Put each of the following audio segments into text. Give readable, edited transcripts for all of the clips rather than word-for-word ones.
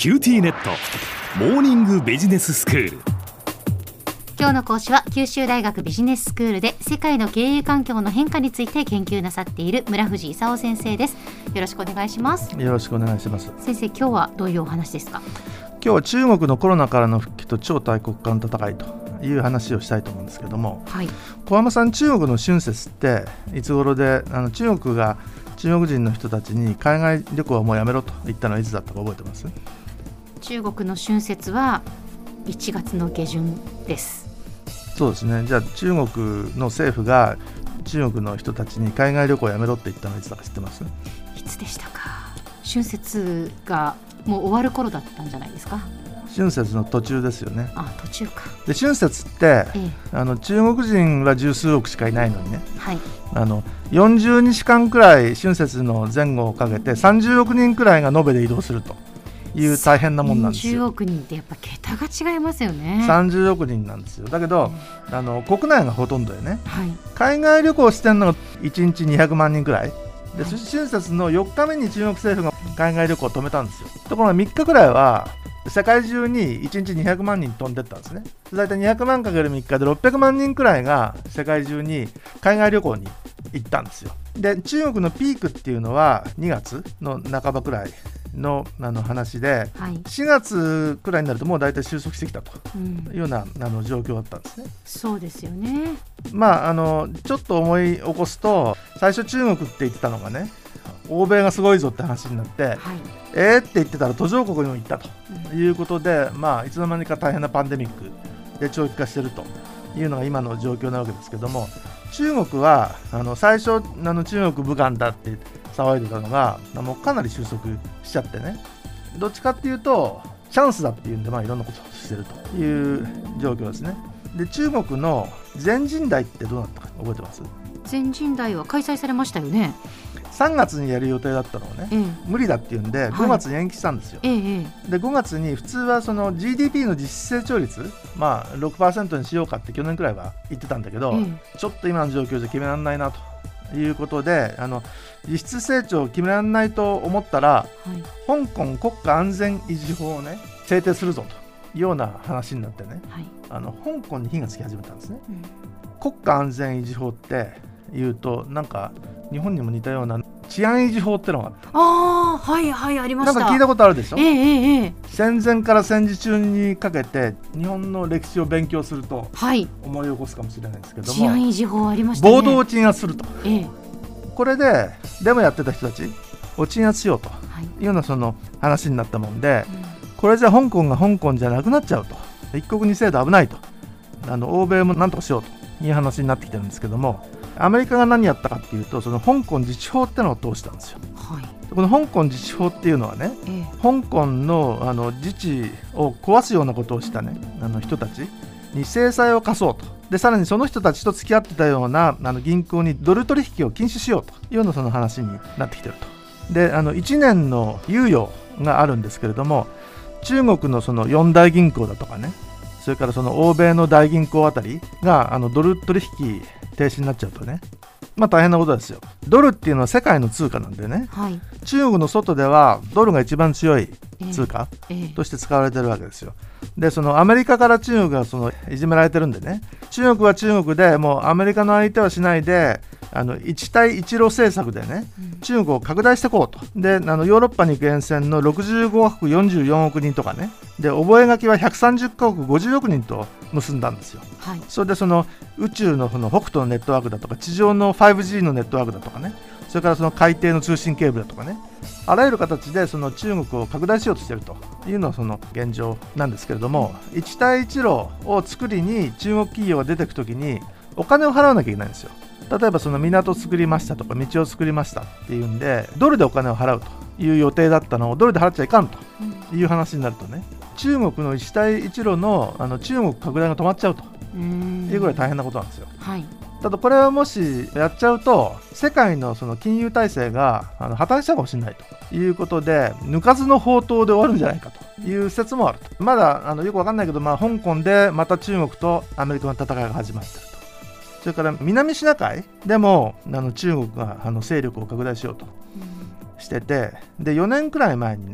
キューティーネットモーニングビジネススクール。 今日の講師は九州大学ビジネススクールで世界の経営環境の変化について研究なさっている村藤勲先生です。よろしくお願いします。 よろしくお願いします。 先生、今日はどういうお話ですか？ 今日は中国のコロナからの復帰と超大国間戦いという話をしたいと思うんですけども、 はい、 小浜さん、中国の春節っていつ頃で、中国が中国人の人たちに海外旅行はもうやめろと言ったのはいつだったか覚えてます？ 中国の春節は1月の下旬です。 そうですね。じゃあ中国の政府が中国の人たちに海外旅行をやめろって言ったのはいつだか知ってます？ いつでしたか？春節がもう終わる頃だったんじゃないですか？ 春節の途中ですよね。 途中か。 で春節って、中国人は十数億しかいないのにね、 はい、 40日間くらい春節の前後をかけて30億人くらいが延べで移動するという大変なもんなんですよ。 30億人ってやっぱ桁が違いますよね。 30億人なんですよ。だけど、国内がほとんどでね、 はい、 海外旅行してるのが1日200万人くらいで、春節の4日目に中国政府が海外旅行を止めたんですよ。ところが3日くらいは世界中に1日200万人飛んでったんですね。だいたい200万 ×3 日で600万人くらいが世界中に海外旅行に行ったんですよ。で中国のピークっていうのは2月の半ばくらいの話で、 はい、 4月くらいになるともう大体収束してきたというような状況だったんですね。 そうですよね。 ちょっと思い起こすと、最初中国って言ってたのがね、欧米がすごいぞって話になって、 はい、 って言ってたら途上国にも行ったということで、いつの間にか大変なパンデミックで長期化しているというのが今の状況なわけですけども、中国は最初中国武漢だって騒いでたのがもうかなり収束しちゃってね、どっちかっていうとチャンスだっていうんで、いろんなことをしてるという状況ですね。で中国の全人代ってどうなったか覚えてます？ 全人代は開催されましたよね。 3月にやる予定だったのをね、無理だっていうんで5月に延期したんですよ。で5月に普通はその GDP の実質成長率、6% にしようかって去年くらいは言ってたんだけど、ちょっと今の状況じゃ決められないなということで、実質成長を決められないと思ったら、香港国家安全維持法をね制定するぞというような話になってね、香港に火がつき始めたんですね。国家安全維持法っていうと、なんか日本にも似たような治安維持法ってのがあった。 はいはい、ありました。 なんか聞いたことあるでしょ？ 戦前から戦時中にかけて日本の歴史を勉強すると思い起こすかもしれないですけども、 治安維持法ありましたね。 暴動を鎮圧すると、これでデモやってた人たちを鎮圧しようというようなその話になったもんで、これじゃ香港が香港じゃなくなっちゃうと、一国二制度危ないと、欧米もなんとかしようという話になってきてるんですけども、アメリカが何やったかっていうと、その香港自治法ってのを通したんですよ。この香港自治法っていうのはね、香港の自治を壊すようなことをしたね人たちに制裁を科そうと。でさらにその人たちと付き合ってたような銀行にドル取引を禁止しようというようなその話になってきてると。で1年の猶予があるんですけれども、中国のその4大銀行だとかね、それからその欧米の大銀行あたりがドル取引停止になっちゃうとね、大変なことですよ。ドルっていうのは世界の通貨なんでね、中国の外ではドルが一番強い通貨として使われてるわけですよ。でそのアメリカから中国がそのいじめられてるんでね、中国は中国でもうアメリカの相手はしないで一帯一路政策でね、中国を拡大していこうと。でヨーロッパに行く沿線の65カ国44億人とかね、で覚書は130カ国50億人と結んだんですよ。それでその宇宙のその北斗のネットワークだとか、地上の 5G のネットワークだとかね、それからその海底の通信ケーブルだとかね、あらゆる形でその中国を拡大しようとしているというのはその現状なんですけれども、一帯一路を作りに中国企業が出てくときにお金を払わなきゃいけないんですよ。例えばその港を作りましたとか道を作りましたっていうんで、ドルでお金を払うという予定だったのをドルで払っちゃいかんという話になるとね、中国の一帯一路の中国拡大が止まっちゃうというぐらい大変なことなんですよ。ただこれはもしやっちゃうと、世界のその金融体制が破綻しちゃうかもしれないということで、抜かずの宝刀で終わるんじゃないかという説もあると。まだよくわかんないけど、香港でまた中国とアメリカの戦いが始まっていると。それから南シナ海でも中国が勢力を拡大しようとしてて、で4年くらい前にね、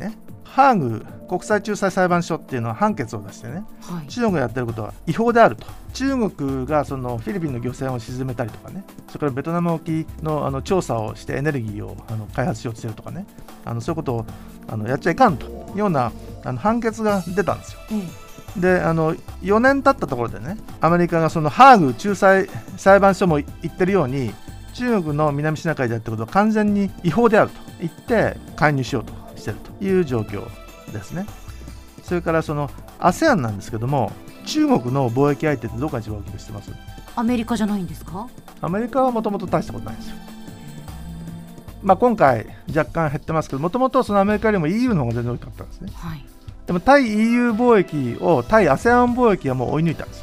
ハーグ国際仲裁裁判所っていうのは判決を出してね、はい、中国がやってることは違法であると。中国がそのフィリピンの漁船を沈めたりとかね、それからベトナム沖の調査をしてエネルギーを開発しようとしてるとかね、そういうことをやっちゃいかんというような判決が出たんですよ。で4年経ったところでね、アメリカがそのハーグ仲裁裁判所も言ってるように、中国の南シナ海でやってることは完全に違法であると言って介入しようとしているという状況ですね。それからその ASEAN なんですけども、中国の貿易相手ってどこが一番大きくしてます？ アメリカじゃないんですか？ アメリカはもともと大したことないんですよ。今回若干減ってますけど、もともとそのアメリカよりも EU の方が全然大きかったんですね、はい、でも対 EU 貿易を対 ASEAN 貿易はもう追い抜いたんです。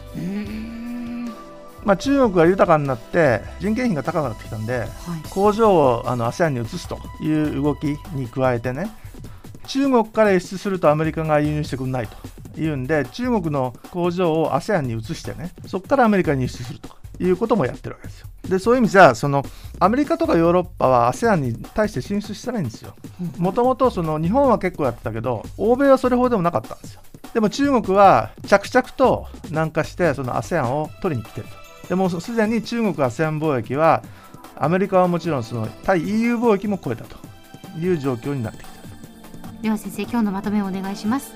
中国が豊かになって人件費が高くなってきたんで、はい、工場をASEAN に移すという動きに加えてね、中国から輸出するとアメリカが輸入してくれないというんで、中国の工場を ASEAN に移してね、そこからアメリカに輸出するということもやってるわけですよ。でそういう意味じゃそのアメリカとかヨーロッパは ASEAN に対して進出してないんですよ。もともと日本は結構やってたけど、欧米はそれほどでもなかったんですよ。でも中国は着々と南下してその ASEAN を取りに来てると。でもすでに中国 ASEAN 貿易はアメリカはもちろんその対 EU 貿易も超えたという状況になってきている。 では先生、今日のまとめをお願いします。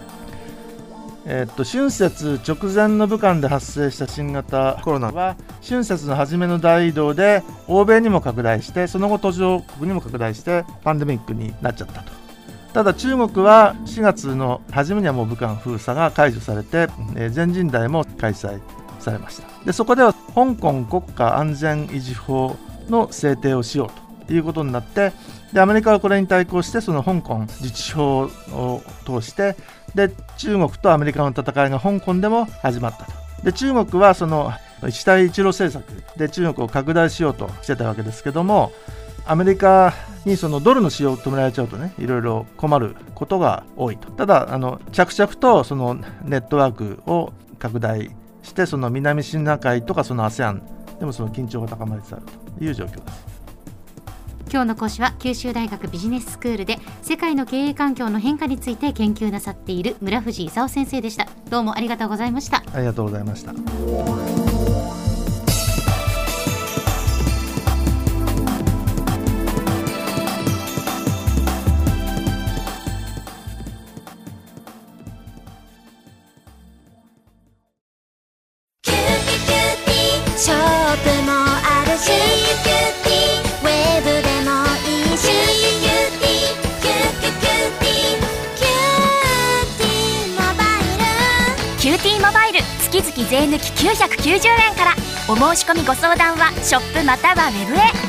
春節直前の武漢で発生した新型コロナは春節の初めの大移動で欧米にも拡大して、その後途上国にも拡大してパンデミックになっちゃったと。ただ中国は4月の初めにはもう武漢封鎖が解除されて、全人代も開催されました。でそこでは香港国家安全維持法の制定をしようということになって、でアメリカはこれに対抗してその香港自治法を通して、で中国とアメリカの戦いが香港でも始まったと。で中国はその一帯一路政策で中国を拡大しようとしてたわけですけども、アメリカにそのドルの使用を止められちゃうとね、いろいろ困ることが多いと。ただ着々とそのネットワークを拡大して、その南シナ海とかその ASEAN でもその緊張が高まりつつあるという状況です。 今日の講師は九州大学ビジネススクールで世界の経営環境の変化について研究なさっている村藤勲先生でした。どうもありがとうございました。 ありがとうございました。 ショップもあるし、ウェブでもいいし、キューティーモバイル、キューティーモバイル月々税抜き990円から。お申し込みご相談はショップまたはウェブへ。